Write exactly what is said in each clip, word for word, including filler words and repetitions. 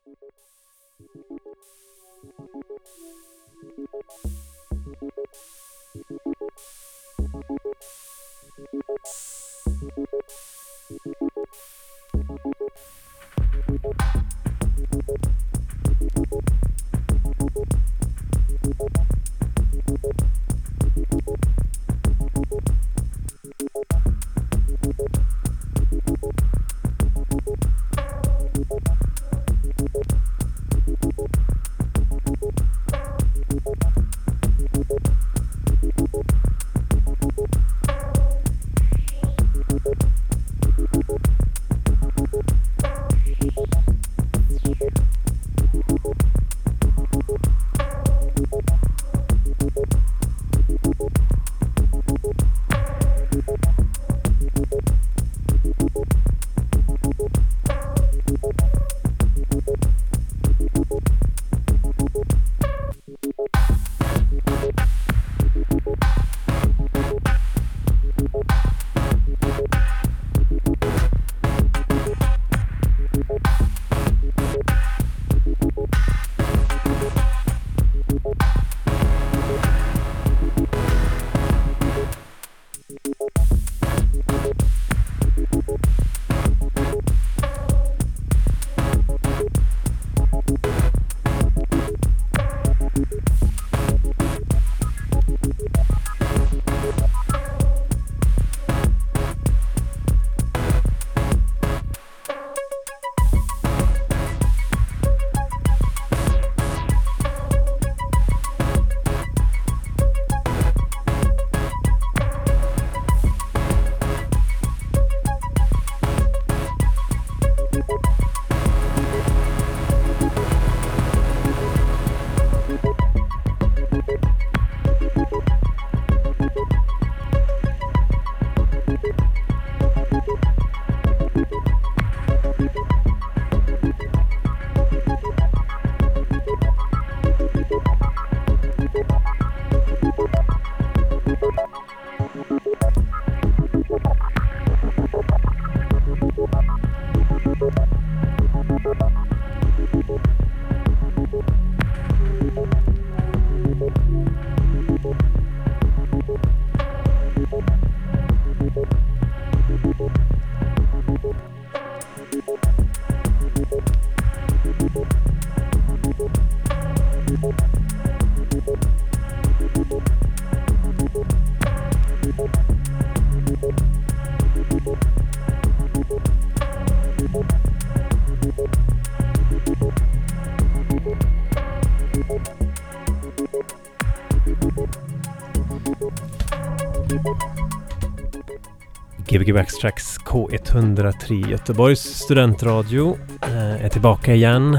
Gbg Backtracks K ett noll tre Göteborgs studentradio eh, är tillbaka igen.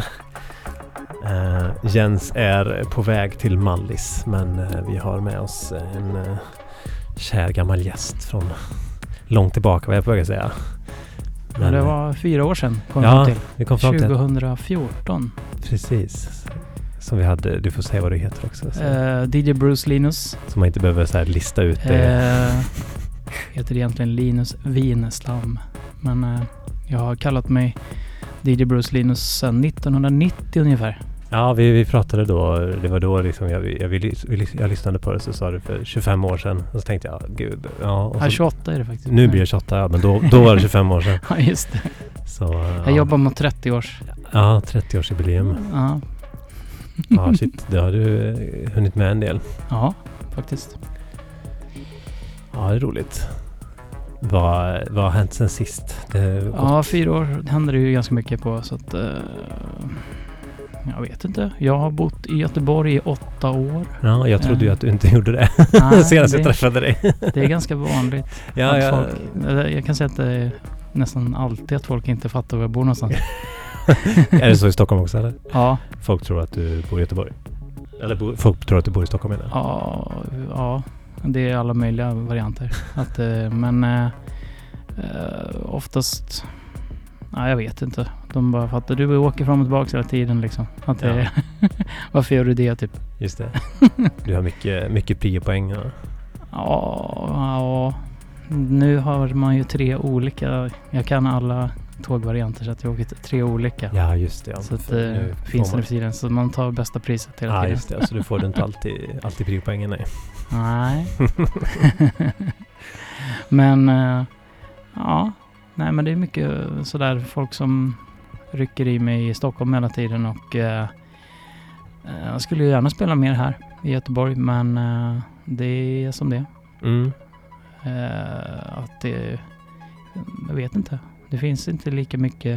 Eh, Jens är på väg till Mallis, men eh, vi har med oss en eh, kär gammal gäst från långt tillbaka, vad jag är på väg att säga. Men, ja, det var fyra år sedan kom ja, till. Vi kom fram till tjugohundrafjorton. Precis. Som vi hade, du får säga vad du heter också. Uh, D J Bruce Linus. Så man inte behöver så här lista ut det. Uh, heter egentligen Linus Wineslam. Men uh, jag har kallat mig D J Bruce Linus sedan nittonhundranittio ungefär. Ja, vi, vi pratade då, det var då liksom jag, jag, jag, jag, jag lyssnade på det, så sa det för tjugofem år sedan. Och så tänkte jag, gud. Ja, och så, ja, tjugoåtta är det faktiskt. Nu blir jag tjugoåtta, ja, men då, då var det tjugofem år sedan. Ja, just det. Så, ja. Jag jobbar mot trettio års. Ja, trettio-årsjubileum. Ja. Ja, shit, det har du hunnit med en del. Ja, faktiskt. Ja, det är roligt. Vad, vad har hänt sen sist? Det ja, fyra år händer det ju ganska mycket på, så att... Uh, jag vet inte. Jag har bott i Göteborg i åtta år. Ja, jag trodde uh, ju att du inte gjorde det. Nej, senast det, jag träffade dig. Det är ganska vanligt. Ja, ja. Folk, jag kan säga att det är nästan alltid att folk inte fattar var jag bor någonstans. Är det så i Stockholm också, eller? Ja. Folk tror att du bor i Göteborg. Eller bo, folk tror att du bor i Stockholm, eller? Ja, ja. Det är alla möjliga varianter. Att, men äh, oftast... Nej, jag vet inte. De bara fattar. Du åker fram och tillbaka hela tiden liksom. Att ja. det, varför gör du det typ? Just det. Du har mycket, mycket prio-poäng. Ja. Ja, ja. Nu har man ju tre olika. Jag kan alla tågvarianter så att jag åker till tre olika. Ja, just det. Ja. Så att det finns det nu för tiden. Så man tar bästa priset hela ja, tiden. Ja, just det. Så du får du inte alltid, alltid priopoängen, nej. Nej. Men uh, ja, nej men det är mycket sådär folk som rycker i mig i Stockholm hela tiden och uh, jag skulle gärna spela mer här i Göteborg, men uh, det är som det är. Mm. Uh, att det, jag vet inte. Det finns inte lika mycket,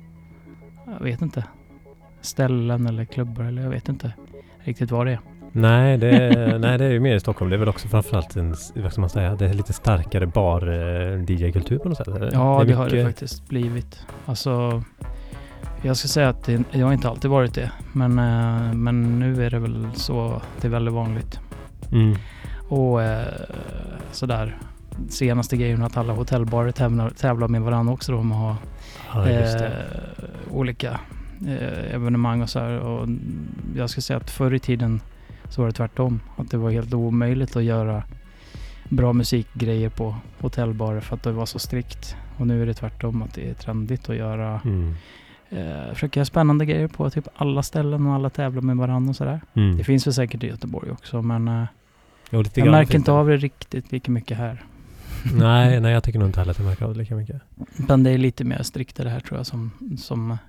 jag vet inte, ställen eller klubbar eller jag vet inte riktigt vad det är. Nej, det är, nej, det är ju mer i Stockholm. Det är väl också framförallt en, vad ska man säga, det är lite starkare bar-D J-kultur på något sätt. Eller? Ja, det, det mycket... har det faktiskt blivit. Alltså, jag ska säga att det, jag har inte alltid varit det. Men, äh, men nu är det väl så, det är väldigt vanligt. Mm. Och äh, sådär, senaste grejen att alla hotellbarer tävlar, tävlar med varandra också då, om att ha ja, just det. äh, olika äh, evenemang och så här. Och jag ska säga att förr i tiden så var det tvärtom. Att det var helt omöjligt att göra bra musikgrejer på hotellbarer för att det var så strikt. Och nu är det tvärtom, att det är trendigt att göra mm. eh, försöka göra spännande grejer på typ alla ställen och alla tävlar med varandra och sådär. Mm. Det finns väl säkert i Göteborg också, men eh, jo, lite jag märker inte det. av det riktigt lika mycket här. nej, nej, jag tycker nog inte heller att jag märker av det lika mycket. Men det är lite mer strikt det här tror jag som, som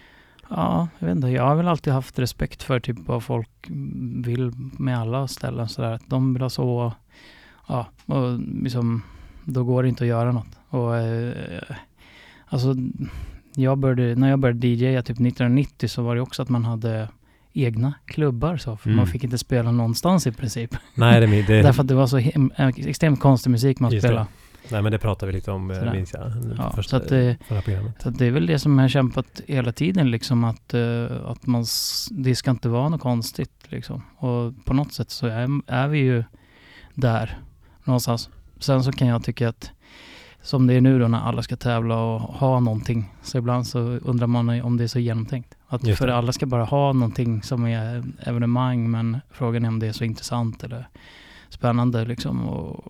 ja, jag vet inte. Jag har väl alltid haft respekt för typ vad folk vill med alla ställen sådär. Att de vill ha så, ja, och liksom, då går det inte att göra något. Och eh, alltså, jag började, när jag började D J typ nittonhundranittio så var det också att man hade egna klubbar så, för mm. man fick inte spela någonstans i princip. Nej, det, det... Därför att det var så he- extremt konstig musik man spelade. Nej, men det pratar vi lite om, minns jag. Ja, första, så, att det, så att det är väl det som jag har kämpat hela tiden, liksom att, uh, att man, det ska inte vara något konstigt. Liksom. Och på något sätt så är, är vi ju där någonstans. Sen så kan jag tycka att, som det är nu då när alla ska tävla och ha någonting, så ibland så undrar man om det är så genomtänkt. Att för alla ska bara ha någonting som är evenemang, men frågan är om det är så intressant eller spännande liksom. Och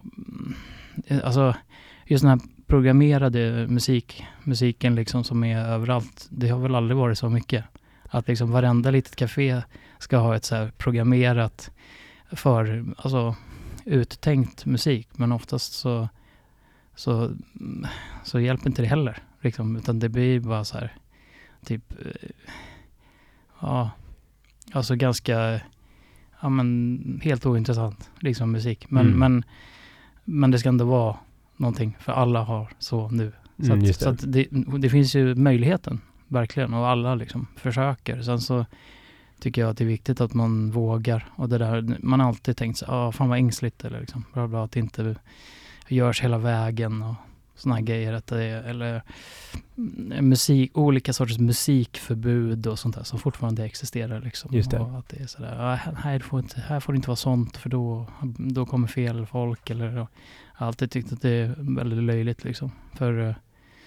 alltså just den här programmerade musik, musiken liksom som är överallt, det har väl aldrig varit så mycket. Att liksom varenda litet café ska ha ett så här programmerat för, alltså uttänkt musik, men oftast så så, så hjälper inte det heller liksom, utan det blir bara så här typ ja, alltså ganska ja men helt ointressant liksom musik, men mm. men men det ska ändå vara någonting, för alla har så nu. Så, mm, att, så att det, det finns ju möjligheten, verkligen, och alla liksom försöker. Sen så tycker jag att det är viktigt att man vågar, och det där, man har alltid tänkt så, ah, fan vad ängsligt, eller liksom, bra, bra, att det inte görs hela vägen och såna här grejer, att det är, eller musik, olika sorters musikförbud och sånt där som fortfarande existerar liksom. Just det. Och att det är sådär, ah, här, får inte, här får det inte vara sånt, för då, då kommer fel folk, eller jag har alltid tyckt att det är väldigt löjligt liksom, för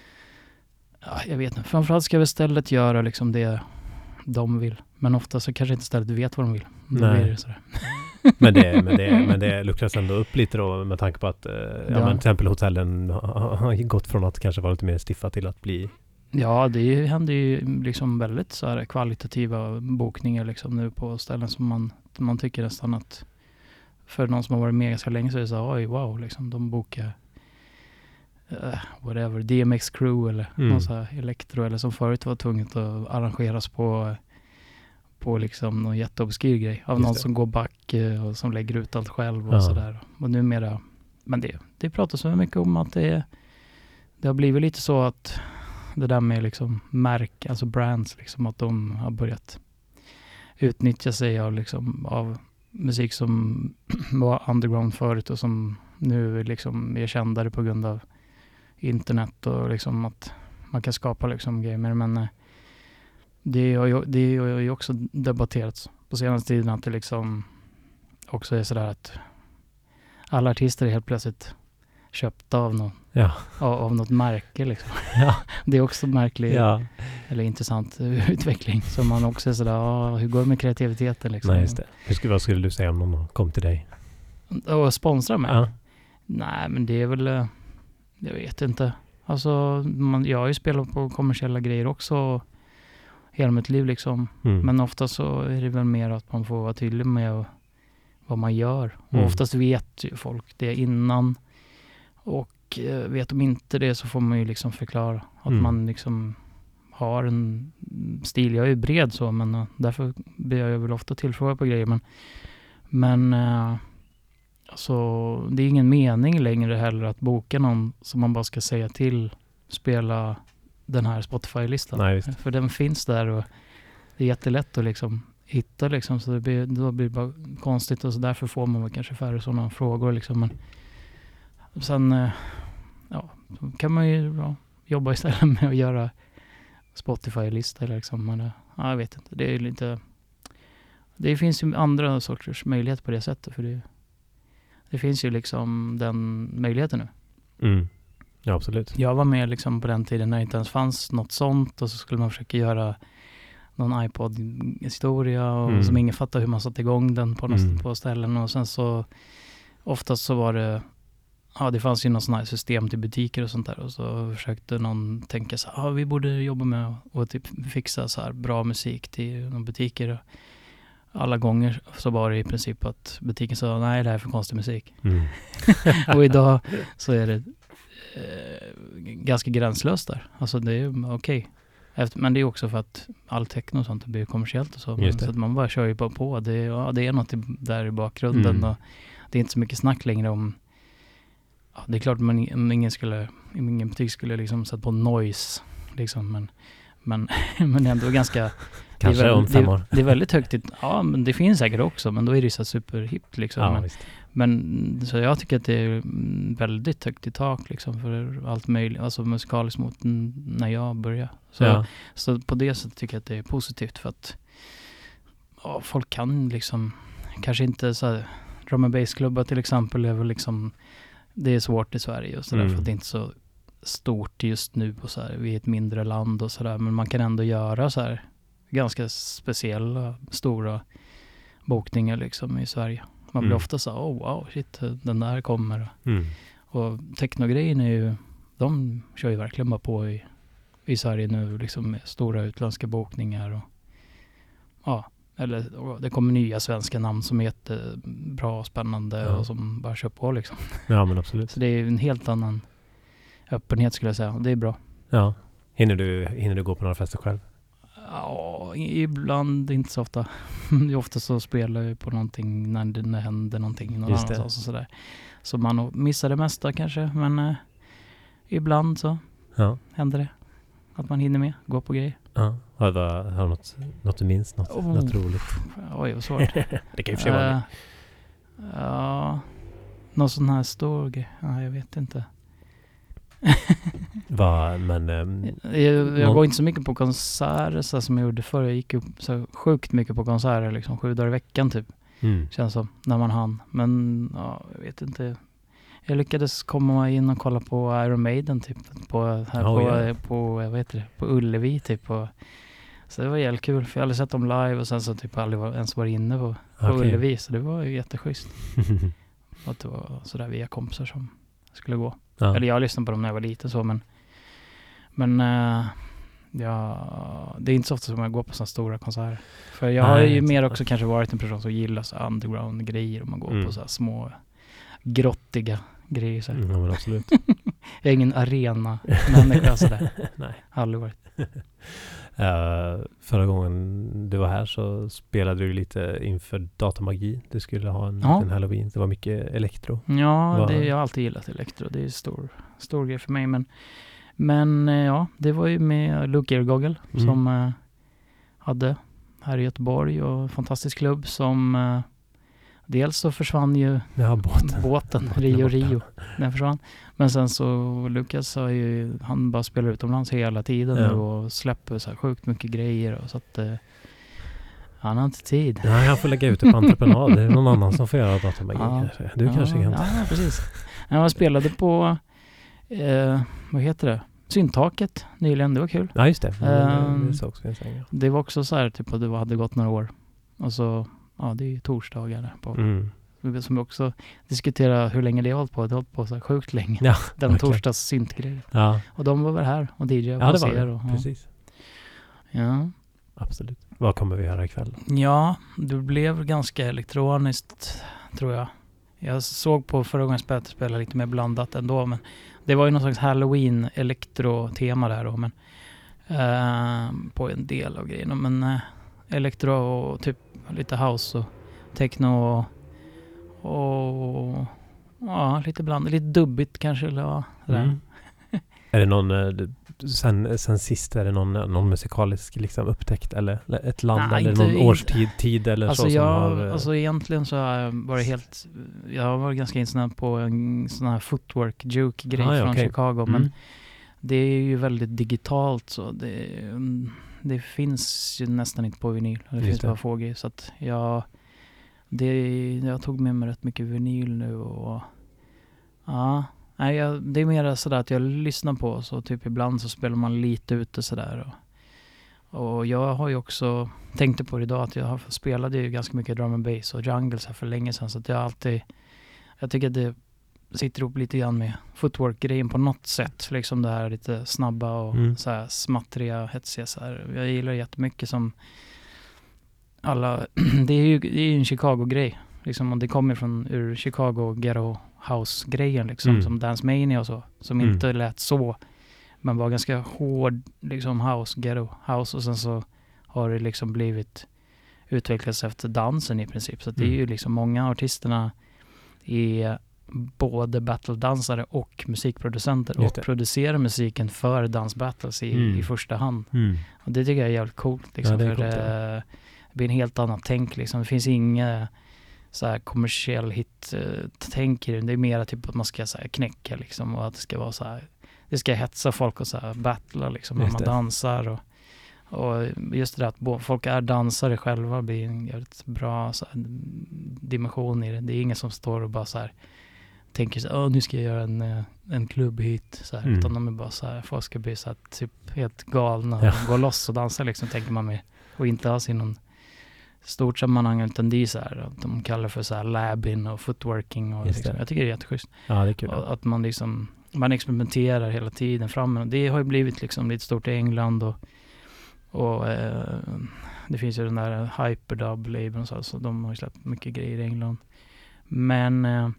ja, jag vet inte, framförallt ska vi stället göra liksom det de vill, men ofta så kanske inte stället vet vad de vill. Nej. Blir det sådär. men, det, men, det, men det luckras ändå upp lite då, med tanke på att eh, ja. Ja, men till exempel hotellen har, har gått från att kanske vara lite mer stiffa till att bli... Ja, det händer ju liksom väldigt så här kvalitativa bokningar liksom nu på ställen som man, man tycker nästan att för någon som har varit med ganska länge så är det så, oj wow, liksom, de bokar uh, whatever, D M X Crew eller mm. någon så här elektro, eller som förut var tvunget att arrangeras på på liksom någon jätteobskyr grej av någon som går back och som lägger ut allt själv och ja. Sådär. Och numera, men det, det pratas så mycket om att det, det har blivit lite så att det där med liksom märk, alltså brands, liksom att de har börjat utnyttja sig av, liksom, av musik som var underground förut och som nu liksom är kändare på grund av internet och liksom att man kan skapa liksom grejer med det. Men det har ju, det har ju också debatterats på senaste tiden att det liksom också är sådär att alla artister är helt plötsligt köpta av någon, ja. av, av något märke liksom. Ja. Det är också märklig ja. eller intressant utveckling som man också är sådär, ah, hur går det med kreativiteten liksom? Nej, just det. Hur skulle, vad skulle du säga om någon kom till dig? Och sponsra mig? Ja. Nej, men det är väl, jag vet inte. Alltså, man, jag har ju spelat på kommersiella grejer också hela mitt liv liksom. Mm. Men ofta så är det väl mer att man får vara tydlig med vad man gör. Mm. Och oftast vet ju folk det innan. Och eh, vet de inte det så får man ju liksom förklara att Mm. man liksom har en stil. Jag är ju bred så, men uh, därför blir jag väl ofta tillfrågad på grejer. Men, men uh, alltså, det är ingen mening längre heller att boka någon som man bara ska säga till spela den här Spotify-listan. Nej, visst. För den finns där och det är jättelätt att liksom hitta liksom, så det blir, då blir det bara konstigt och så därför får man väl kanske färre sådana frågor liksom. Men sen uh, ja, kan man ju ja, jobba istället med att göra Spotify-lista liksom. Men, ja, jag vet inte. Det är lite... Det finns ju andra sorters möjligheter på det sättet. För det, det finns ju liksom den möjligheten nu. Mm. Ja, absolut. Jag var med liksom på den tiden när det inte ens fanns något sånt. Och så skulle man försöka göra någon iPod-historia. Och Mm. som ingen fattade hur man satte igång den på, något, Mm. på ställen. Och sen så... Oftast så var det... Ja, det fanns ju något sånt här system till butiker och sånt där. Och så försökte någon tänka så här, ah, vi borde jobba med och typ fixa så här bra musik till någon butiker. Alla gånger så var det i princip att butiken sa, nej det här är för konstig musik. Mm. Och idag så är det eh, ganska gränslöst där. Alltså det är okej. Okay. Men det är också för att all techno och sånt blir kommersiellt och så. Så att man bara kör ju på på. Det, ja, det är något där i bakgrunden. Mm. Och det är inte så mycket snack längre om. Ja, det är klart man, om ingen skulle, ingen butik skulle liksom sätta på noise liksom, men men men ändå ganska kanske det är, väl, om fem år. Det, det är väldigt högt. Ja, men det finns säkert också, men då är det så superhippt liksom. Ja, men, visst. men så jag tycker att det är väldigt högt i tak liksom för allt möjligt, alltså musikaliskt mot när jag började. Så Ja. så på det sättet tycker jag att det är positivt för att ja, folk kan liksom kanske inte så här, drum and bass klubbar till exempel är väl liksom. Det är svårt i Sverige och sådär Mm. för att det är inte så stort just nu och så här. Vi är ett mindre land och sådär, men man kan ändå göra så här ganska speciella, stora bokningar liksom i Sverige. Man blir Mm. ofta så här, oh wow, shit, den där kommer. Mm. Och technogrejen är ju, de kör ju verkligen bara på i, i Sverige nu liksom med stora utländska bokningar och ja, eller och det kommer nya svenska namn som är jättebra och spännande Ja. och som bara kör på liksom. Ja, men absolut. Så det är en helt annan öppenhet skulle jag säga. Och det är bra. Ja. Hinner du, hinner du gå på några fester själv? Ja, ibland inte så ofta. Ofta så spelar jag på någonting när det, när det händer någonting någon annanstans och sådär. Så man missar det mesta kanske, men eh, ibland så Ja. händer det. Att man hinner med, gå på grejer. Ja. Har du, har du något, något du minns? Något, Oh. något roligt? Oj, vad svårt. Det kan ju för vara uh, Ja, någon sån här stor grej. Ja, jag vet inte. Va, men... Um, jag jag någon... går inte så mycket på konserter så som jag gjorde förr. Jag gick upp så sjukt mycket på konserter, liksom sju dagar i veckan typ. Mm. Känns som, när man hann. Men ja, jag vet inte. Jag lyckades komma in och kolla på Iron Maiden typ. På, här Oh, på, yeah. på, på, vad heter det? På Ullevi typ. Och, så det var jävligt kul. För jag hade sett dem live och sen så typ aldrig var, ens var inne på, på Okay. Ullevi. Så det var ju jätteschysst. Att det var sådär via kompisar som skulle gå. Ja. Eller jag lyssnade på dem när jag var liten så, men men äh, ja, det är inte så ofta som jag går på sådana stora konserter. För jag Nej, har ju inte. mer också kanske varit en person som gillar så underground-grejer och man går Mm. på så här små grottiga grejer. Så här. Mm, ja, men absolut. Jag är ingen arena-människa sådär. Nej. Aldrig varit. Uh, förra gången du var här så spelade du lite inför Datamagi. Du skulle ha en, Ja. en Halloween. Det var mycket elektro. Ja, Vad- det, jag har alltid gillat elektro. Det är stor, stor grej för mig. Men, men eh, ja, det var ju med Luke Eargoggle Mm. som eh, hade här i Göteborg och fantastisk klubb som eh, dels så försvann ju Ja, båten. båten, Båten Rio är borta. Rio, den försvann. Men sen så Lukas har ju, han bara spelar utomlands hela tiden Ja. nu och släpper så här sjukt mycket grejer och så att eh, han har inte tid. Nej, han får lägga ut det på entreprenad. Det är någon annan som får göra Datamagi Ja. kanske. Du ja, kanske kan. Ja, precis. Han spelade på, eh, vad heter det? Syntaket nyligen, det var kul. Ja, just det. Ehm, det såg också en säng, ja. Det var också så här, typ att det hade gått några år. Och så, ja det är ju torsdagar där på. Mm. som vi också diskuterar hur länge det har hållit på. Det har hållit på så här sjukt länge. Ja, Den verkligen. torsdags syntgrejen. Ja, Och de var väl här och D J och ja det var ser det. och, Precis. Ja. Absolut. Vad kommer vi göra ikväll? Ja, det blev ganska elektroniskt tror jag. Jag såg på förra gången jag spelade lite mer blandat ändå, men det var ju någon slags Halloween elektro-tema där då, men eh, på en del av grejerna, men eh, elektro och typ lite house och techno och, och ja, lite blandat, lite dubbigt kanske eller ja, Mm. Är det någon eh, sen, sen sist är det någon, någon musikalisk liksom upptäckt eller ett land Nej, eller inte- någon inte- årstid tid eller Alltså så jag, som har eh, alltså egentligen så har jag varit helt, jag har varit ganska insnöad på en sån här footwork juke grej Ah, ja, från okej. Chicago, mm. men det är ju väldigt digitalt så det, mm, det finns ju nästan inte på vinyl. Det Just finns det. bara få grejer, så att jag, det, jag tog med mig rätt mycket vinyl nu och ja, nej, jag, det är mer sådär att jag lyssnar på så typ ibland så spelar man lite ute sådär och Och jag har ju också, tänkte på det idag att jag har spelade ju ganska mycket drum and bass och jungle så här för länge sedan, så att jag alltid, jag tycker att det sitter ihop lite grann med footwork-grejen på något sätt, liksom det här lite snabba och Mm. så här smattriga, hetsiga så här. Jag gillar jättemycket som alla, det är ju det är ju en Chicago-grej liksom, och det kommer från ur Chicago ghetto house-grejen liksom, Mm. som Dance Mania och så, som Mm. inte lät så, men var ganska hård liksom house, ghetto house, och sen så har det liksom blivit utvecklats efter dansen i princip. Så att det är Mm. ju liksom många artisterna är både battledansare och musikproducenter Just och det. producerar musiken för dansbattles i, Mm. i första hand. Mm. Och det tycker jag är jävligt coolt liksom, Ja, det är för coolt, ja. det, det blir en helt annat tänk liksom. Det finns inga så här kommersiell hit uh, tänk i det. Det är mer typ att man ska så här knäcka liksom, och att det ska vara så här, det ska hetsa folk och så här battla liksom, när Just man det. dansar och, och just det där att bo, folk är dansare själva blir en jävligt bra så här, dimension i det. Det är ingen som står och bara så här tänker så här, åh nu ska jag göra en, eh, en klubbhit så här, Mm. utan de är bara så här, folk ska bli så här, typ helt galna Ja. och gå loss och dansa liksom, tänker man med, och inte ha sin någon stort sammanhang, utan det är så här, att de kallar för så här labbing och footworking och Just liksom, det. jag tycker det är jätteschysst. Ja, det är kul. Och att man liksom, man experimenterar hela tiden framme. Det har ju blivit liksom lite stort i England och, och eh, det finns ju den där Hyperdub-labeln och så, så de har ju släppt mycket grejer i England. Men eh,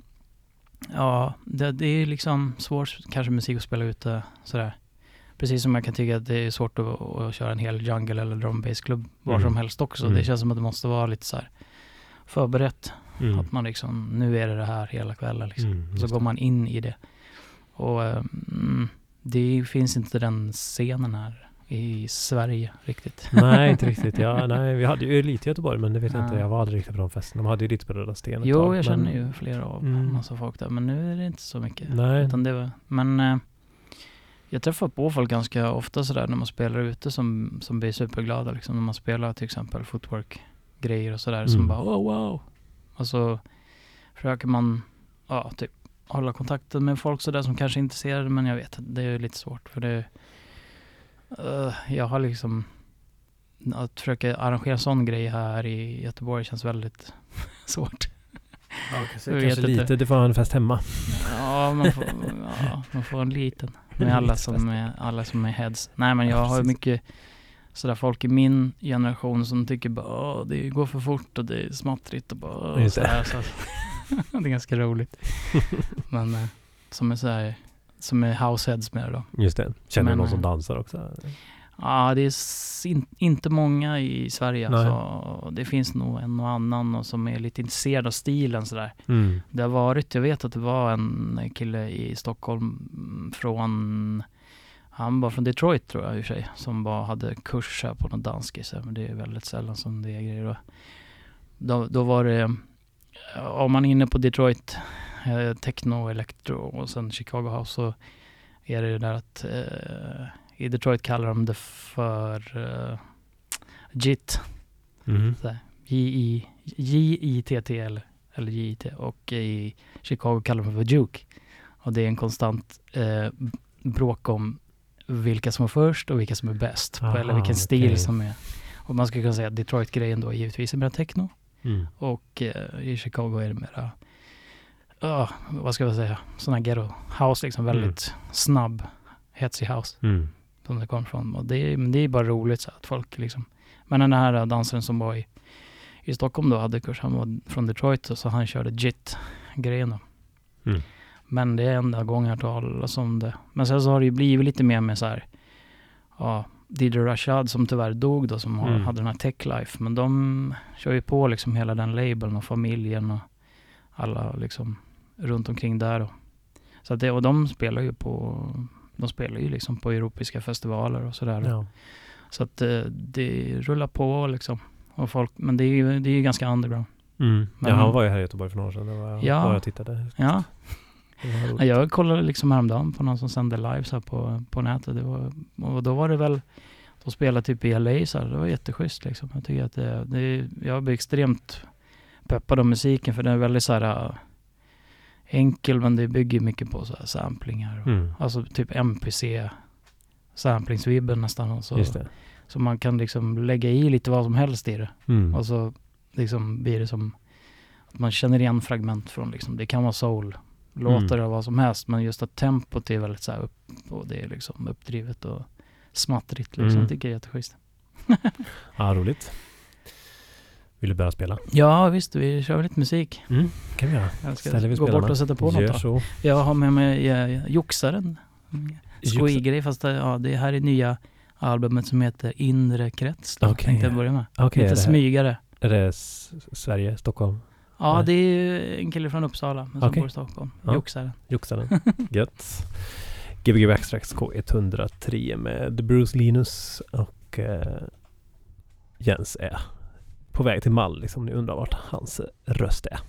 ja, det, det är liksom svårt kanske musik att spela ute sådär. Precis som jag kan tycka att det är svårt att, att köra en hel jungle eller drum bass klubb var Mm. som helst också. Mm. Det känns som att det måste vara lite så här förberett. Mm. Att man liksom, nu är det det här hela kvällen liksom. Mm, Så just går det. man in i det. Och mm, det finns inte den scenen här i Sverige riktigt. Nej, inte riktigt. Ja, nej, vi hade ju lite i Göteborg, men det vet jag inte. Ja. Jag var aldrig riktigt på de festerna. De hade ju lite på Röda Sten ett Jo, tag, jag men- känner ju flera av Mm. massa folk där, men nu är det inte så mycket. Nej. Utan det var, men eh, jag träffar på folk ganska ofta sådär när man spelar ute som, som blir superglada liksom, när man spelar till exempel footwork-grejer och sådär, som Mm. bara oh, wow. Och så försöker man ja, typ hålla kontakten med folk sådär som kanske är intresserade, men jag vet att det är lite svårt för det uh, jag har liksom att försöka arrangera sån grej här i Göteborg känns väldigt svårt. Ja, kanske, Jag vet kanske inte. lite. Du får ha en fest hemma. Ja, man får, ja, man får en liten med alla som är, alla som är heads. Nej, men Ja, jag har ju precis. mycket sådär folk i min generation som tycker bara åh, det går för fort och det är smattrigt och bara åh, Just det. sådär, så att, det är ganska roligt. Men eh, som är såhär, som är househeads med det då. Just det. Känner Men, du någon eh, som dansar också? Ja, det är s- in, inte många i Sverige. Nej. Alltså. Det finns nog en och annan och som är lite intresserad av stilen sådär. Mm. Det har varit, jag vet att det var en kille i Stockholm från, han var från Detroit tror jag i och för sig, som bara hade kurs här på någon dansk, men det är väldigt sällan som det är grejer då. Då, då var det, om man är inne på Detroit, eh, techno, elektro och sen Chicago House, så är det där att eh, i Detroit kallar de det för uh, J I T. Mm. J I T T eller, eller J I T, och i Chicago kallar de det för juke. Och det är en konstant eh, bråk om vilka som är först och vilka som är bäst. Aha, eller vilken stil okej. som är. Och man skulle kunna säga att Detroit-grejen då givetvis är mer techno. Mm. Och eh, i Chicago är det mera, uh, vad ska jag säga, sån här ghetto house, liksom väldigt mm. snabb, hetsig house. Mm. Som det kom från. Och det är, men det är bara roligt så att folk liksom, men den här dansaren som var i, i Stockholm då hade kurs, han var från Detroit, så han körde J I T-grejen då. Mm. Men det är enda gången jag hört talas om det. Men sen så har det ju blivit lite mer med så här, ja, D J Rashad som tyvärr dog då, som mm. hade den här Tech Life. Men de kör ju på liksom hela den labeln och familjen och alla liksom runt omkring där då. Så att det, och de spelar ju på, de spelar ju liksom på europeiska festivaler och sådär. Ja. Så att det, det rullar på liksom. Och folk, men det är ju, det är ju ganska underground. Mm. Men, ja, han var ju här i Göteborg för några år sedan. Det var ja, bara jag tittade. Ja. Ja, jag kollade liksom häromdagen på någon som sände live så här på, på nätet. Det var, och då var det väl, de spelade typ i L A så här. Det var jätteschysst liksom. Jag tycker att det, det jag blir extremt peppad av musiken, för den är väldigt så här uh, enkel, men det bygger mycket på så här samplingar. Och, mm. alltså typ M P C samplingsvibben nästan. Och så, Just det. så man kan liksom lägga i lite vad som helst i det. Mm. Och så liksom blir det som att man känner igen fragment från liksom, det kan vara soul låtar mm. och vad som helst, men just att tempot är väldigt så här upp, och det är liksom uppdrivet och smattrigt liksom. Mm. Jag tycker det är jätteschysst. Ja, roligt. Vill du börja spela? Ja, visst, vi kör lite musik. Mm, kan vi göra. Jag ska Ställer vi gå spelarna. bort och sätta på Gör något då. så. Jag har med mig ja, Joxaren. Skoj-grej, fast det, ja, det här är nya albumet som heter Inre krets. Då, okay. tänkte jag börja med. Okay, lite är det smygare. Är det S- Sverige, Stockholm? Ja, Nej. det är en kille från Uppsala, men som okay. bor i Stockholm. Ja. Joxaren. Joxaren. Gött. G B G Backstracks K ett noll tre med Bruce Linus och eh, Jens är på väg till Mall, liksom. Ni undrar vart hans röst är.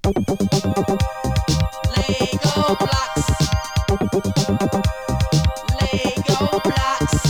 Lego blocks. Lego blocks.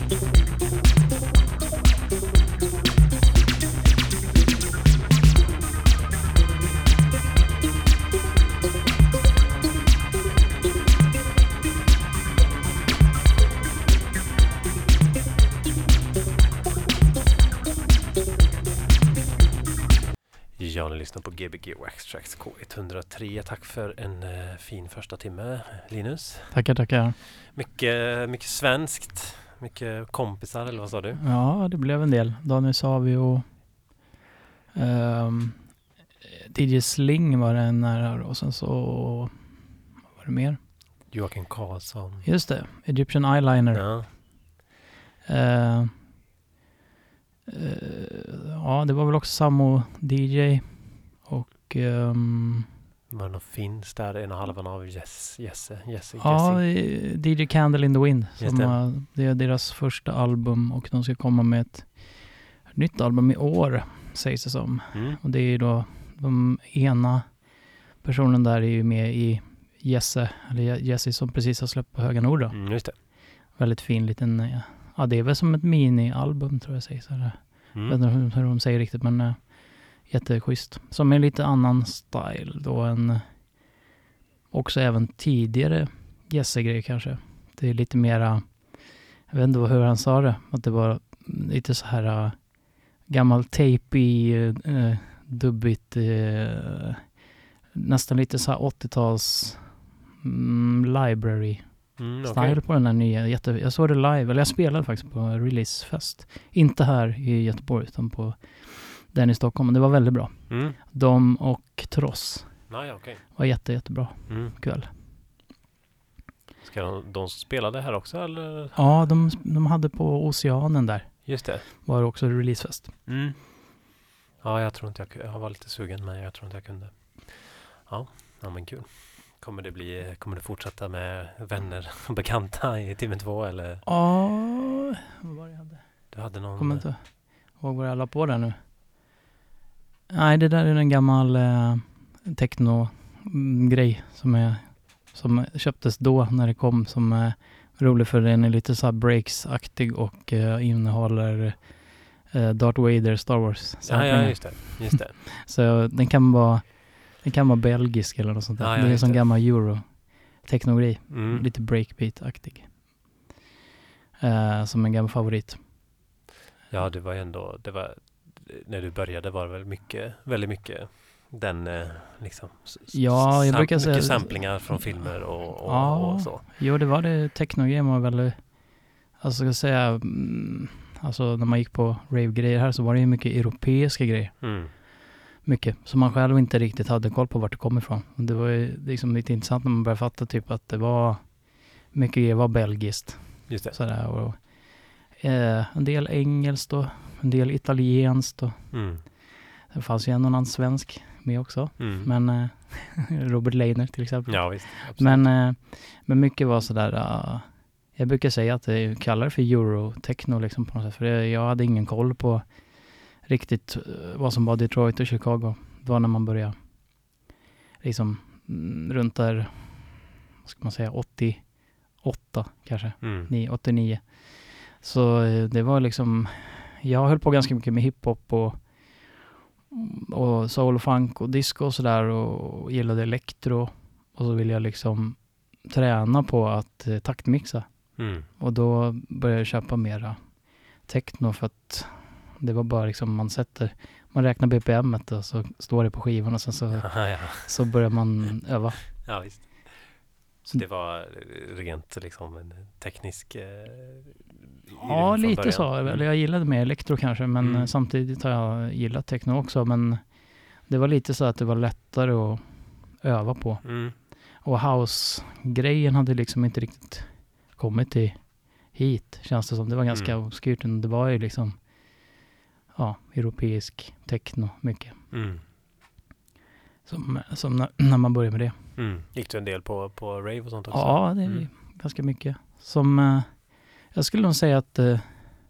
Ja, ni lyssnar på G B G Wax Tracks K ett noll tre. Tack för en uh, fin första timme, Linus. Tackar, tackar. Mycket, mycket svenskt, mycket kompisar, eller vad sa du? Ja, det blev en del. Daniel Savio och um, D J Sling var det nära, och sen så vad var det mer? Joakim Karlsson. Just det, Egyptian Eyeliner. Ja. Uh, uh, ja, det var väl också Samo D J och um, var det någon finns där, en halvan av Jesse, Jesse, Jesse, ja, Jesse. D J Candle in the Wind. Just Som, det. uh, det är deras första album och de ska komma med ett nytt album i år, sägs det som. Mm. Och det är ju då, de ena personen där är ju med i Jesse, eller Jesse som precis har släppt på Höga Nord då. Mm, just det. Väldigt fin liten, ja det är väl som ett mini-album tror jag sägs. Eller, Mm. jag vet inte hur, hur de säger riktigt, men uh, jätteschysst. Som är lite annan style då än också även tidigare Jesse-grejer kanske. Det är lite mera, jag vet inte hur han sa det, att det var lite så här uh, gammal tapey, uh, dubbigt, uh, nästan lite så här åttio-tals mm, library Mm, style okay. på den här nya. Jätte, jag såg det live, eller jag spelade faktiskt på releasefest. Inte här i Göteborg utan på den i Stockholm. Det var väldigt bra. Mm. De och Tross Nej, okej. var jätte, jättebra Mm. kväll. Ska de, de spela det här också, eller? Ja, de, de hade på Oceanen där. Just det. Var det också releasefest. Mm. Ja, jag tror inte jag, jag var lite sugen, men jag tror inte jag kunde. Ja, ja men kul. Kommer det bli, kommer det fortsätta med vänner och bekanta i timmen två, eller? Ja, vad var det jag hade? Du hade någon... Kommer inte ihåg vad jag la på där nu. Nej, det där är en gammal eh, techno-grej som, är, som köptes då när det kom, som är rolig för den är lite så här breaks-aktig och eh, innehåller eh, Darth Vader, Star Wars. Ja, ja, just det. Just det. Så den kan vara den kan vara belgisk eller något sånt där. Ja, ja, det är just som det. gammal euro techno-grej. Mm. Lite breakbeat-aktig. Eh, som en gammal favorit. Ja, det var ändå, det var, när du började var det väl mycket, väldigt mycket den eh, liksom, s- Ja, jag sam- brukar säga- mycket samplingar från filmer och, och, Ja. och så. Jo, det var det. Techno-grejen var väldigt, alltså ska jag säga, mm, alltså när man gick på rave-grejer här så var det ju mycket europeiska grejer. Mm. Mycket. Som man själv inte riktigt hade koll på vart det kom ifrån. Och det var ju liksom lite intressant när man började fatta typ att det var, mycket grejer var belgiskt. Just det. Sådär, och, eh, en del engelskt och en del italienskt och Mm. det fanns ju en och annan svensk med också. Mm. Men eh, Robert Leiner till exempel. Ja, visst. Absolut. Men, eh, men mycket var sådär, uh, jag brukar säga att jag kallar det för Eurotechno liksom på något sätt. För det, jag hade ingen koll på riktigt uh, vad som var Detroit och Chicago. Det var när man började liksom mm, runt där, vad ska man säga, åttioåtta kanske, Mm. ni- åttionio. Så eh, det var liksom, jag höll på ganska mycket med hiphop och, och soul och funk och disco och sådär och gillade elektro. Och så ville jag liksom träna på att eh, taktmixa. Mm. Och då började jag köpa mera techno för att det var bara liksom man sätter, man räknar B P M-et och så står det på skivan och sen så, Ja, ja. så börjar man öva. Ja, visst. Så det var rent liksom en teknisk... Eh, Ja, från lite början. så. Mm. Eller jag gillade mer elektro kanske, men Mm. eh, samtidigt har jag gillat techno också. Men det var lite så att det var lättare att öva på. Mm. Och house-grejen hade liksom inte riktigt kommit till hit, känns det som. Det var ganska Mm. obskyrt. men Det var ju liksom ja, europeisk techno mycket. Mm. Som, som när, när man börjar med det. Mm. Gick du en del på, på rave och sånt också? Ja, det är Mm. ganska mycket. Som eh, jag skulle nog säga att eh,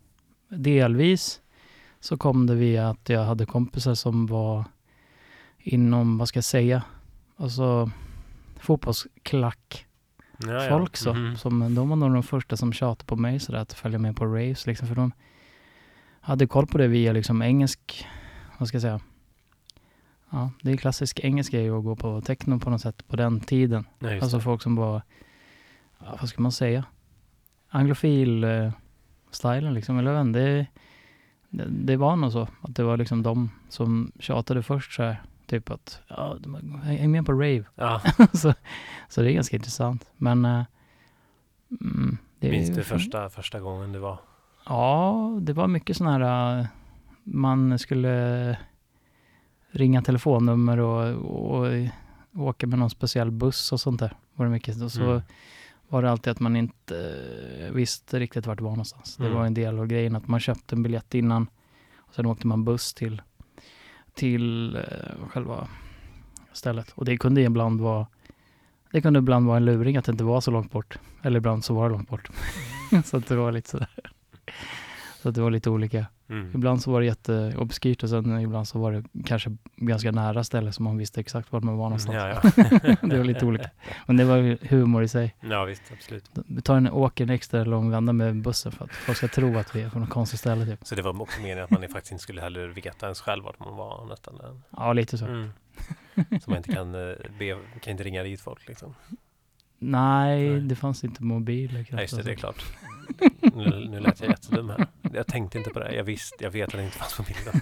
delvis så kom det via att jag hade kompisar som var inom, vad ska jag säga, alltså fotbollsklack Ja, ja. folk så. Mhm. Som, de var nog de första som tjatade på mig sådär att följa med på raves liksom, för de hade koll på det via liksom engelsk, vad ska jag säga, ja, det är klassisk engelsk grej att gå på techno på något sätt på den tiden. Ja, just Alltså det. folk som var, ja, vad ska man säga, anglofil eh, stilen liksom, eller vem, det, det, det var nog så att det var liksom de som tjatade först så här, typ att, ja, de- häng med på rave. Ja. så, så det är ganska intressant. Men äh, mm, det Minns är- du första, första gången det var? Ja, det var mycket sån här, äh, man skulle ringa telefonnummer och, och, och åka med någon speciell buss och sånt där. Var det mycket. Och så Mm. var det alltid att man inte äh, visste riktigt vart det var någonstans. Det Mm. var en del av grejen att man köpte en biljett innan och sen åkte man buss till, till äh, själva stället. Och det kunde ibland vara det kunde ibland vara en luring att det inte var så långt bort. Eller ibland så var det långt bort. så att det var lite sådär. Så att det var lite olika. Mm. Ibland så var det jätteobskyrt och sen ibland så var det kanske ganska nära ställe som man visste exakt var man var någonstans. Ja, ja. det var lite olika. Men det var ju humor i sig. Ja, visst, absolut. Vi tar en åker en extra lång vända med bussen för att folk ska tro att vi är på något konstigt ställe typ. Så det var också meningen att man faktiskt inte skulle heller veta ens själv vart man var nästan. Ja, lite så. Mm. Så man inte kan eh, be, kan inte ringa dit folk liksom. Nej, Nej. det fanns inte mobiler. Ja, just det, det är knappt. klart. Nu, nu lät jag jättedum här. Jag tänkte inte på det. Jag visste, jag vet att det inte fanns på bilden.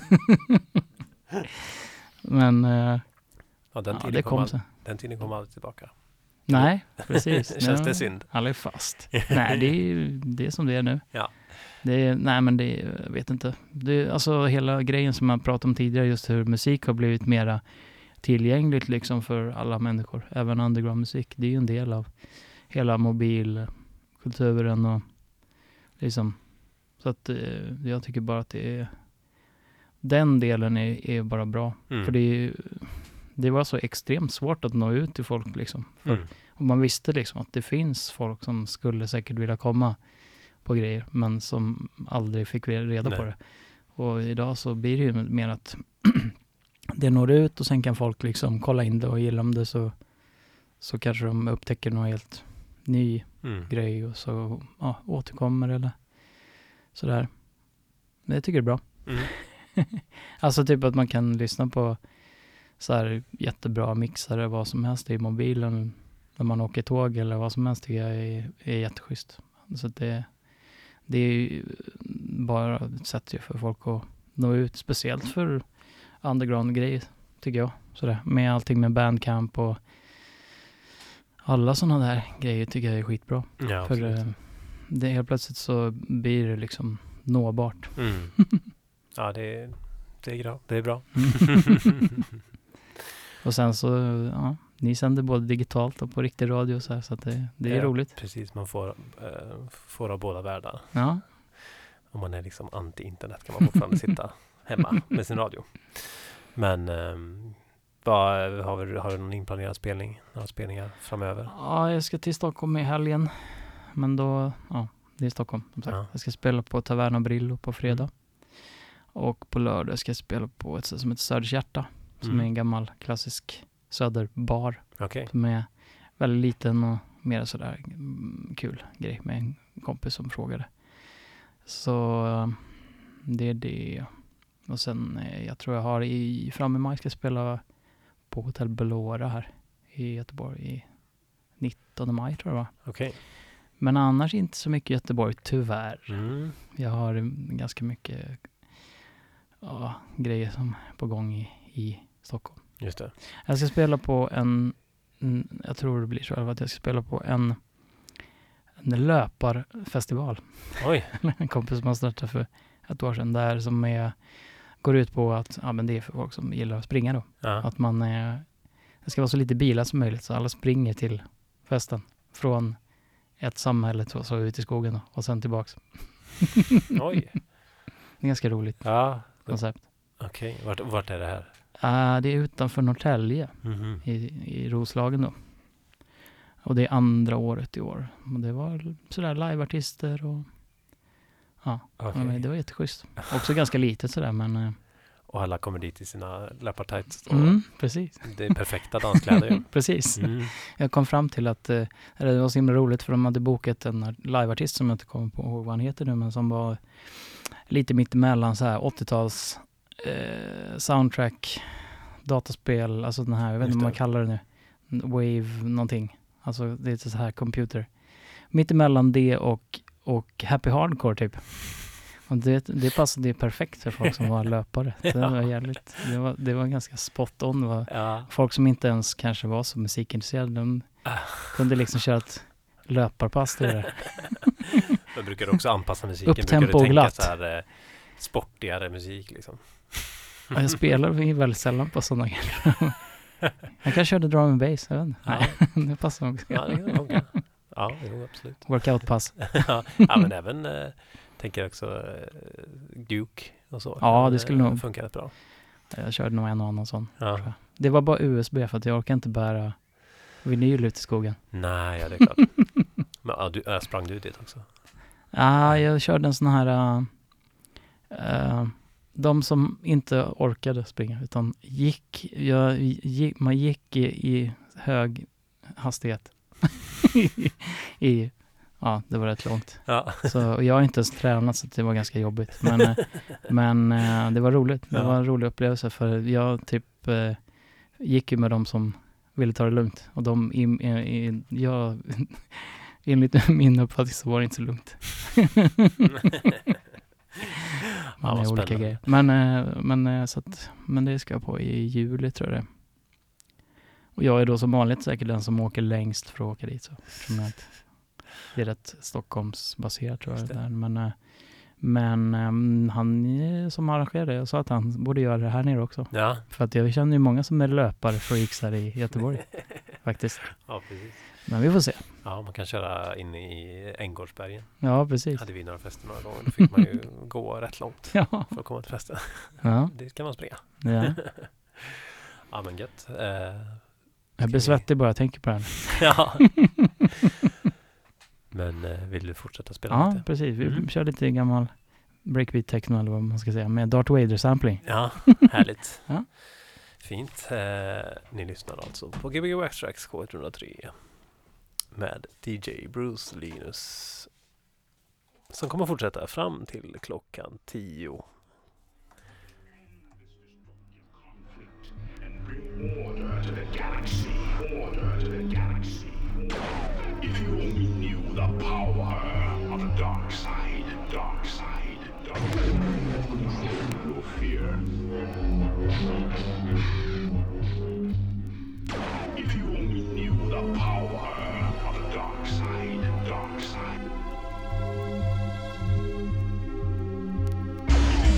Men äh, Ja, den ja, tiden det kom, kom all, sen. den tiden kom aldrig tillbaka. Nej, precis. Känns Nu- det synd? Alla är fast. Nej, det är ju det är som det är nu. Ja. Det är, nej, men det är, jag vet inte. Det är, alltså hela grejen som man pratade om tidigare, just hur musik har blivit mera tillgängligt liksom för alla människor. Även undergroundmusik. Det är ju en del av hela mobilkulturen och liksom. Så att eh, jag tycker bara att det är den delen är, är bara bra. Mm. För det, är, det var så extremt svårt att nå ut till folk liksom. För Mm. och man visste liksom att det finns folk som skulle säkert vilja komma på grejer, men som aldrig fick reda Nej. på det. Och idag så blir det ju mer att det når ut och sen kan folk liksom kolla in det och gilla om det så, så kanske de upptäcker något helt ny Mm. grej och så ja, återkommer eller sådär. Men jag tycker det är bra. Mm. Alltså typ att man kan lyssna på så här jättebra mixare, vad som helst i mobilen när man åker tåg eller vad som helst tycker jag är, är jätteschysst. Så att det, det är ju bara ett sätt ju för folk att nå ut, speciellt för underground-grejer tycker jag. Sådär. Med allting med Bandcamp och alla sådana där grejer tycker jag är skitbra. Ja, För absolut. eh, det, helt plötsligt så blir det liksom nåbart. Mm. Ja, det är, det är bra. Det är bra. Och sen så, ja, ni sänder både digitalt och på riktig radio så här, så att det, det är Ja, roligt. Precis, man får, eh, får av båda världar. Ja. Om man är liksom anti-internet kan man fortfarande sitta hemma med sin radio. Men ehm, vad, har, du, har du någon inplanerad spelning? Några spelningar framöver? ja, jag ska till Stockholm i helgen. Men då, ja, det är Stockholm som sagt. Ja. Jag ska spela på Taverna Brillo på fredag. Och på lördag ska jag spela på ett ställe som heter Söders hjärta. Som Mm. är en gammal klassisk söderbar. Okej. Som är väldigt liten och mer sådär mm, kul grej med en kompis som frågade. Så eh, det är det. Och sen eh, jag tror jag har i fram i maj ska jag spela på Hotell Belora här i Göteborg i nittonde maj tror jag det var. Okej. Men annars inte så mycket Göteborg tyvärr. Mm. Jag har mm, ganska mycket ja, grejer som är på gång i, i Stockholm. Just det. Jag ska spela på en, mm, jag tror det blir så att jag ska spela på en, en löparfestival. Oj. En kompis som har startat för ett år sedan där som är, går ut på att ja, men det är för folk som gillar att springa då. Ja. Att man är, det ska vara så lite bilar som möjligt så alla springer till festen från ett samhälle så, så ut i skogen då, och sen tillbaks. Oj. Det är ganska roligt Ja. koncept. Okej. Vart, vart är det här? Uh, det är utanför Norrtälje Mhm. i, i Roslagen då. Och det är andra året i år. Och det var sådär liveartister och ja, Okej. men det var jätteschysst. Också ganska litet sådär men uh, och alla kommer dit i sina löpartights. Och Mm, precis. det är perfekta danskläder. ju. Precis. Mm. Jag kom fram till att eh, eller det var så himla roligt för de hade bokat en liveartist som jag inte kommer på ihåg vad han heter nu, men som var lite mittemellan så här åttio-tals eh, soundtrack, dataspel, alltså den här, jag vet inte Just vad man det. kallar det nu, Wave någonting. Alltså det är så här computer. Mittemellan det och, och Happy Hardcore typ. Och det, det passade ju perfekt för folk som var löpare. Det var jävligt, det var, det var ganska spot on. Det var Ja. folk som inte ens kanske var så musikintresserade, de kunde liksom köra ett löparpass till det. Jag brukar också anpassa musiken. Upptempo brukar du och tänka glatt. så här eh, sportigare musik liksom. Ja, jag spelar ju väldigt sällan på sådana grejer. Jag kan köra drum and bass, jag vet inte. Ja. Nej, det passar också. Ja, det kan funka. Ja, jo, absolut. Workoutpass. ja, ja, men även eh, tänker jag också eh, Duke och så. Ja, det skulle Eh, nog- funka rätt bra. Jag körde nog en och annan sån. Ja. Det var bara U S B för att jag orkar inte bära vinyl ut i skogen. Nej, ja, det är klart. Men ja, du, äh, sprang du dit också? Ah, jag körde en sån här uh, uh, de som inte orkade springa utan gick, jag, gick man gick i, i hög hastighet I, i, ja det var rätt långt. Ja. Så och jag har inte ens tränat så det var ganska jobbigt, men, eh, men eh, det var roligt, det Ja. var en rolig upplevelse för jag typ eh, gick ju med dem som ville ta det lugnt och de i, i, i, jag, enligt min uppfattning så var det inte så lugnt. Ja, Men, vad olika spännande. grejer. Men, eh, men, eh, så att, men det ska jag på i juli tror jag det. Och jag är då som vanligt säkert den som åker längst för att åka dit. Så, eftersom jag inte- det är rätt Stockholmsbaserat tror jag. Just det. Där. Men, eh, men eh, han eh, som arrangerade det sa att han borde göra det här nere också. Ja, För att jag känner ju många som är löpare freaks här i Göteborg. Faktiskt. ja, precis. Men vi får se. Ja, man kan köra in i Änggårdsbergen. Ja, precis. Hade vi några fester några gånger. Då fick man ju gå rätt långt Ja. för att komma till festen. Ja. Det kan man springa. Ja. Ja, men gött. Eh, Jag blir svettig bara jag tänker på det här. ja. Men eh, vill du fortsätta spela Ja, lite? precis. Vi Mm. kör lite gammal breakbeat techno eller vad man ska säga. Med Darth Vader sampling. Ja, härligt. Ja. Fint. Eh, ni lyssnar alltså på Gbg Wax Tracks K etthundratre med D J Bruce Linus som kommer fortsätta fram till klockan tio. Order to the galaxy. Order to the galaxy. If you only knew the power of the dark side, dark side, dark side. No fear. If you only knew the power of the dark side, dark side. If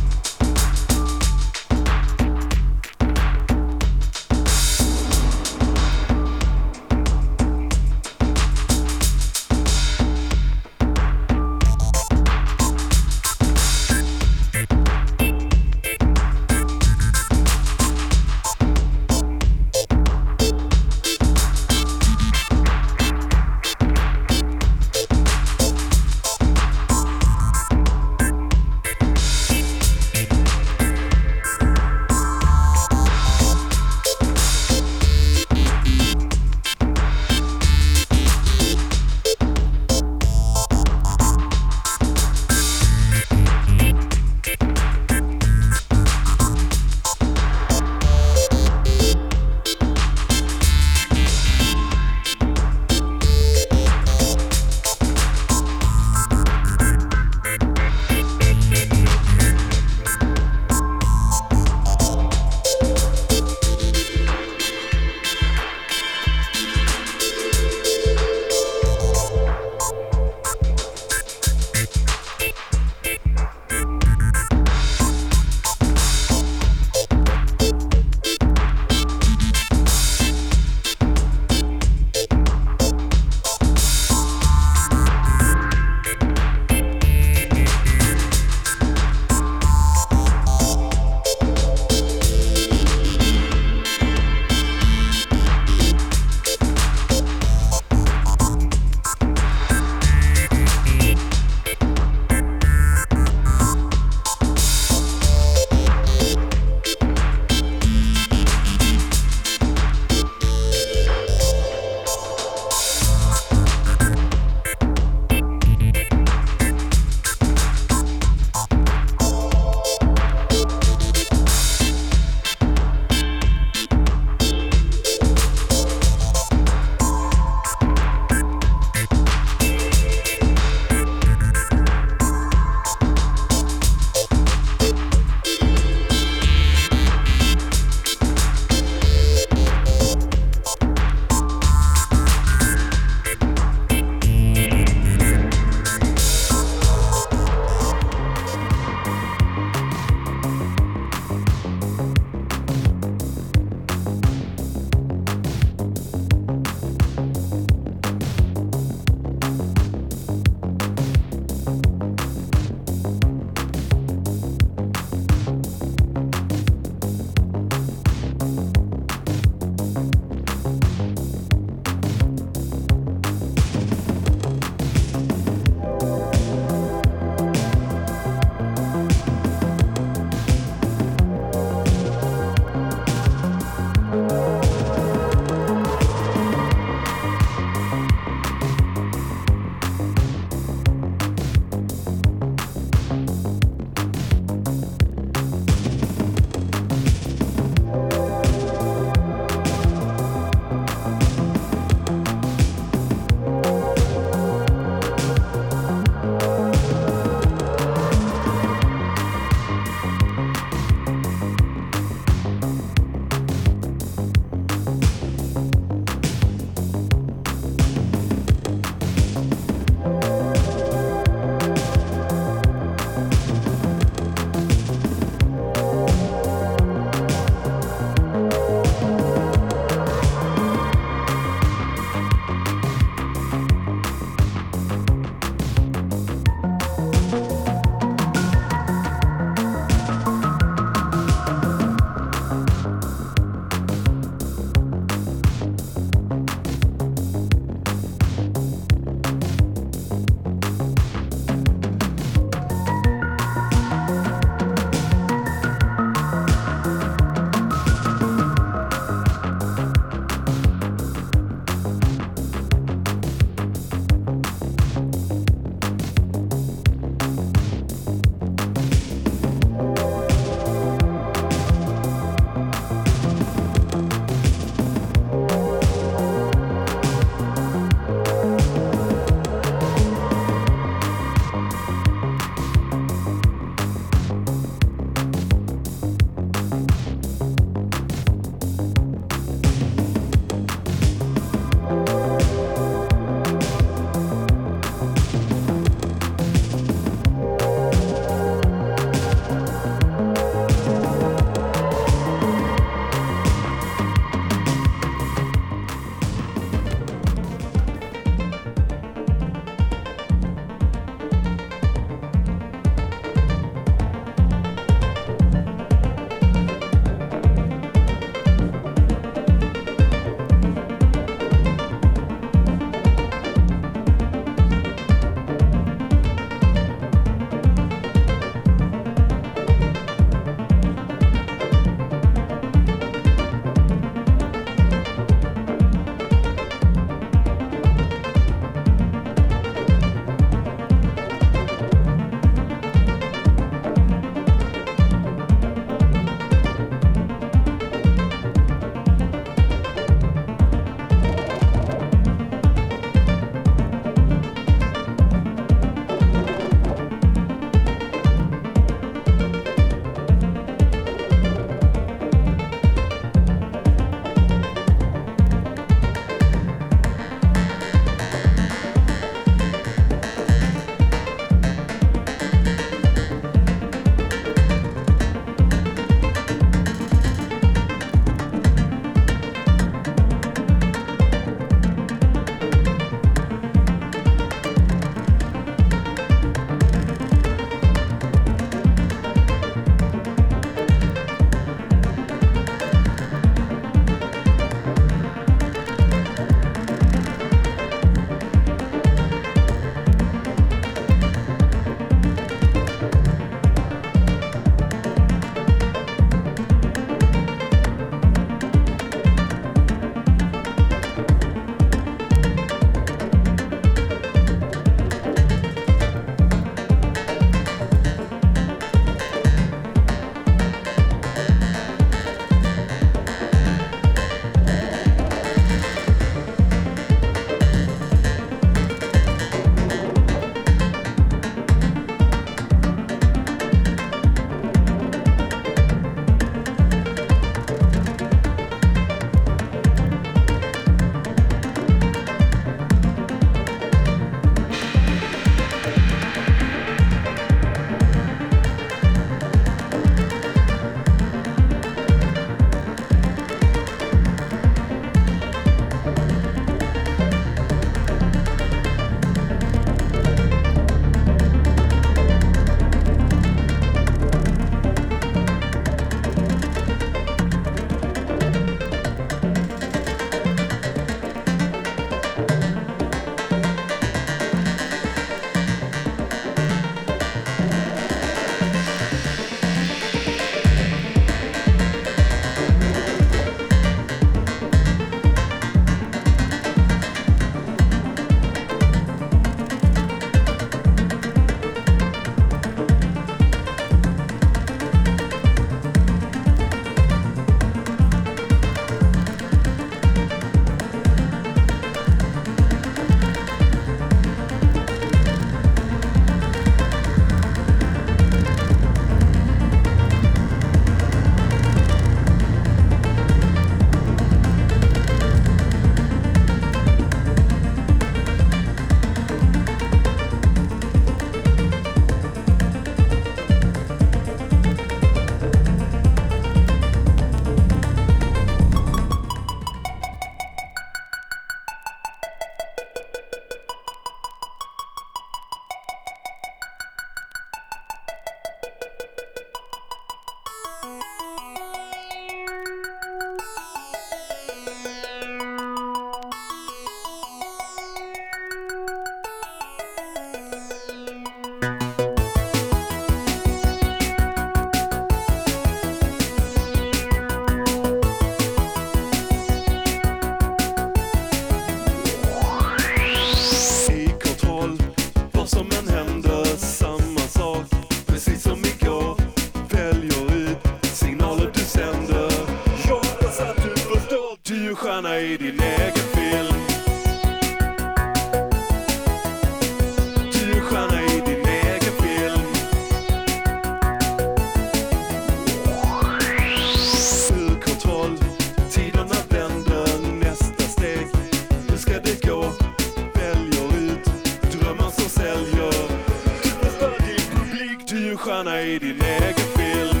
stjärna i din egen film.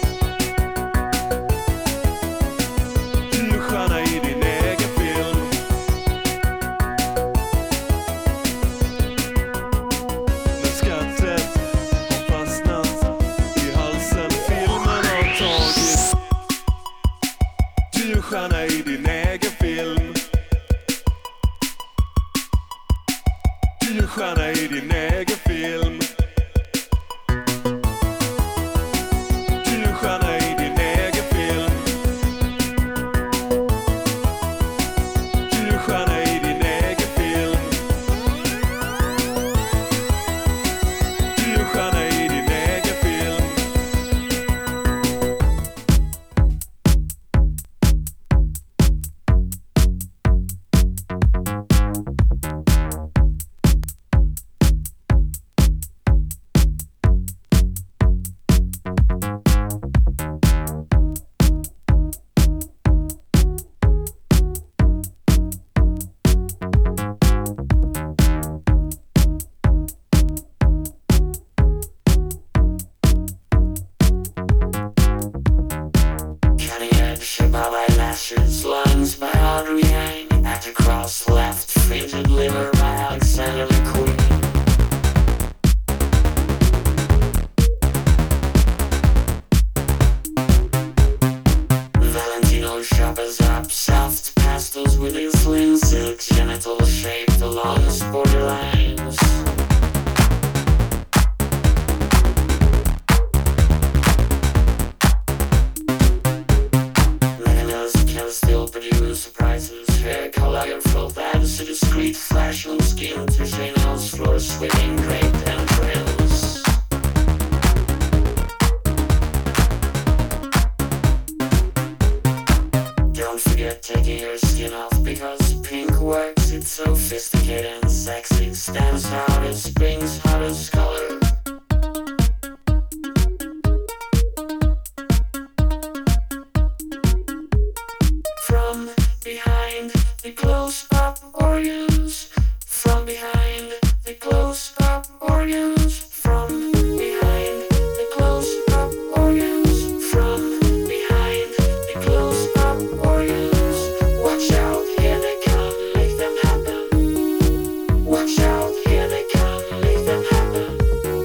Du är stjärna i din egen film. När skrattet har fastnat i halsen, filmen har tagit. Du är stjärna i din egen film. Du är stjärna i din egen film. Du är stjärna i din egen film. Du är stjärna i din egen film. Du är stjärna i din egen film. Cutting edge above eyelashes, lungs by Audrey Yang, at across left, fainted liver by Alexander McQueen. Valentino shoppers up, soft pastels with insulin silk, genital shaped along sporty lines. Millennials can still produce surprises. Hair color filled ads to discreet flash on skin to Chanel's floor sweeping draped entrails. Don't forget taking your skin off because pink works. It's sophisticated and sexy. Stands out as spring's hottest color. From behind the close-up organs. From behind the close-up organs. From behind the close-up organs. From behind the close-up organs. Watch out, here they come, make them happen. Watch out, here they come, make them happen.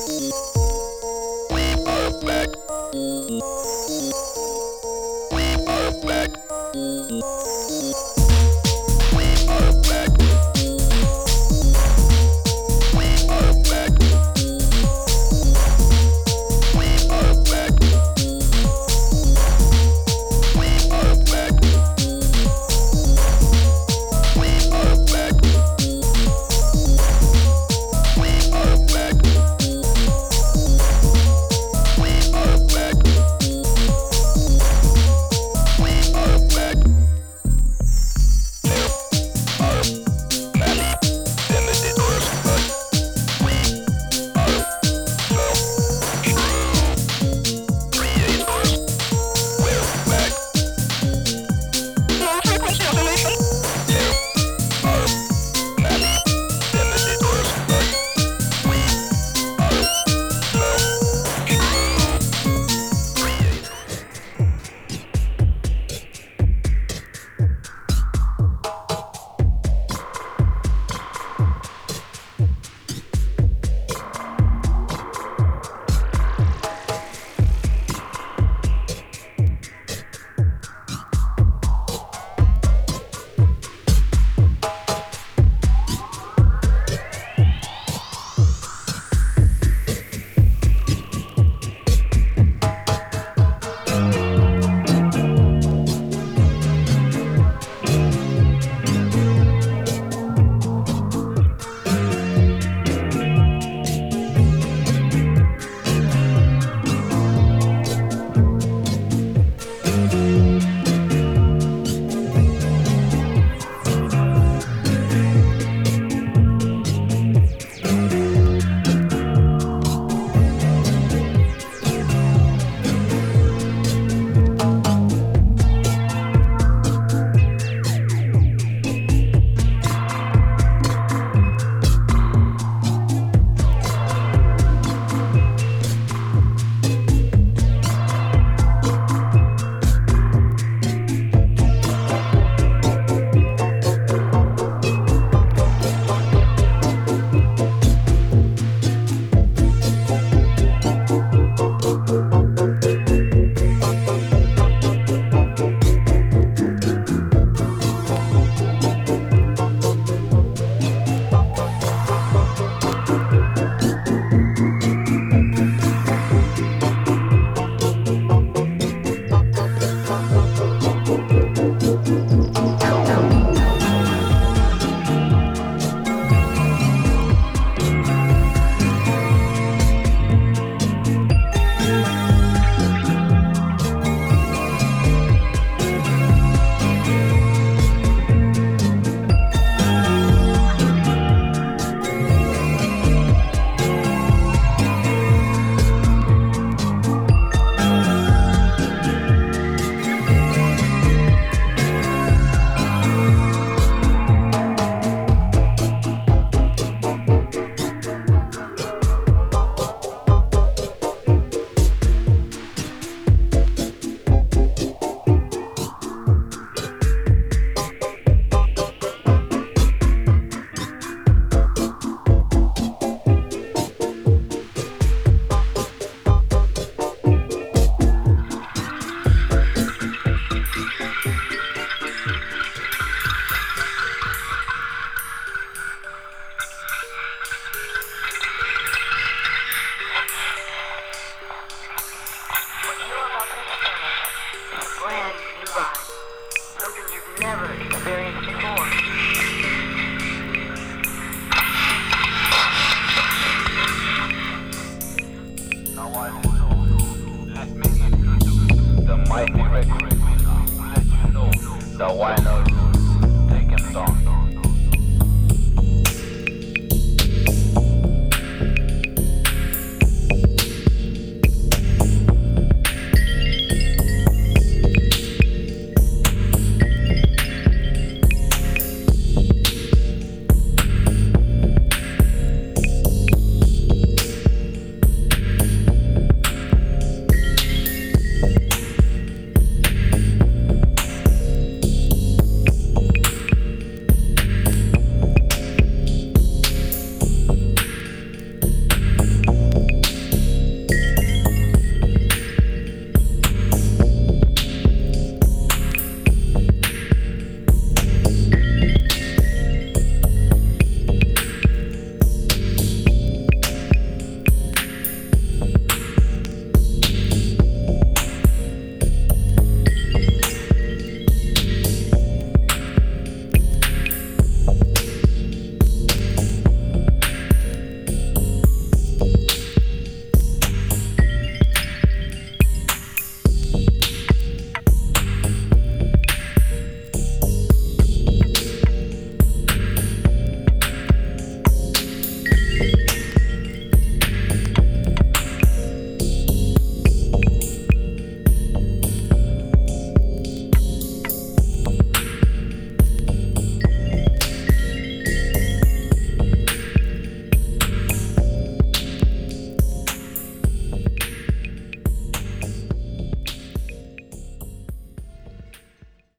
mighty record. Let you know the wine taking song.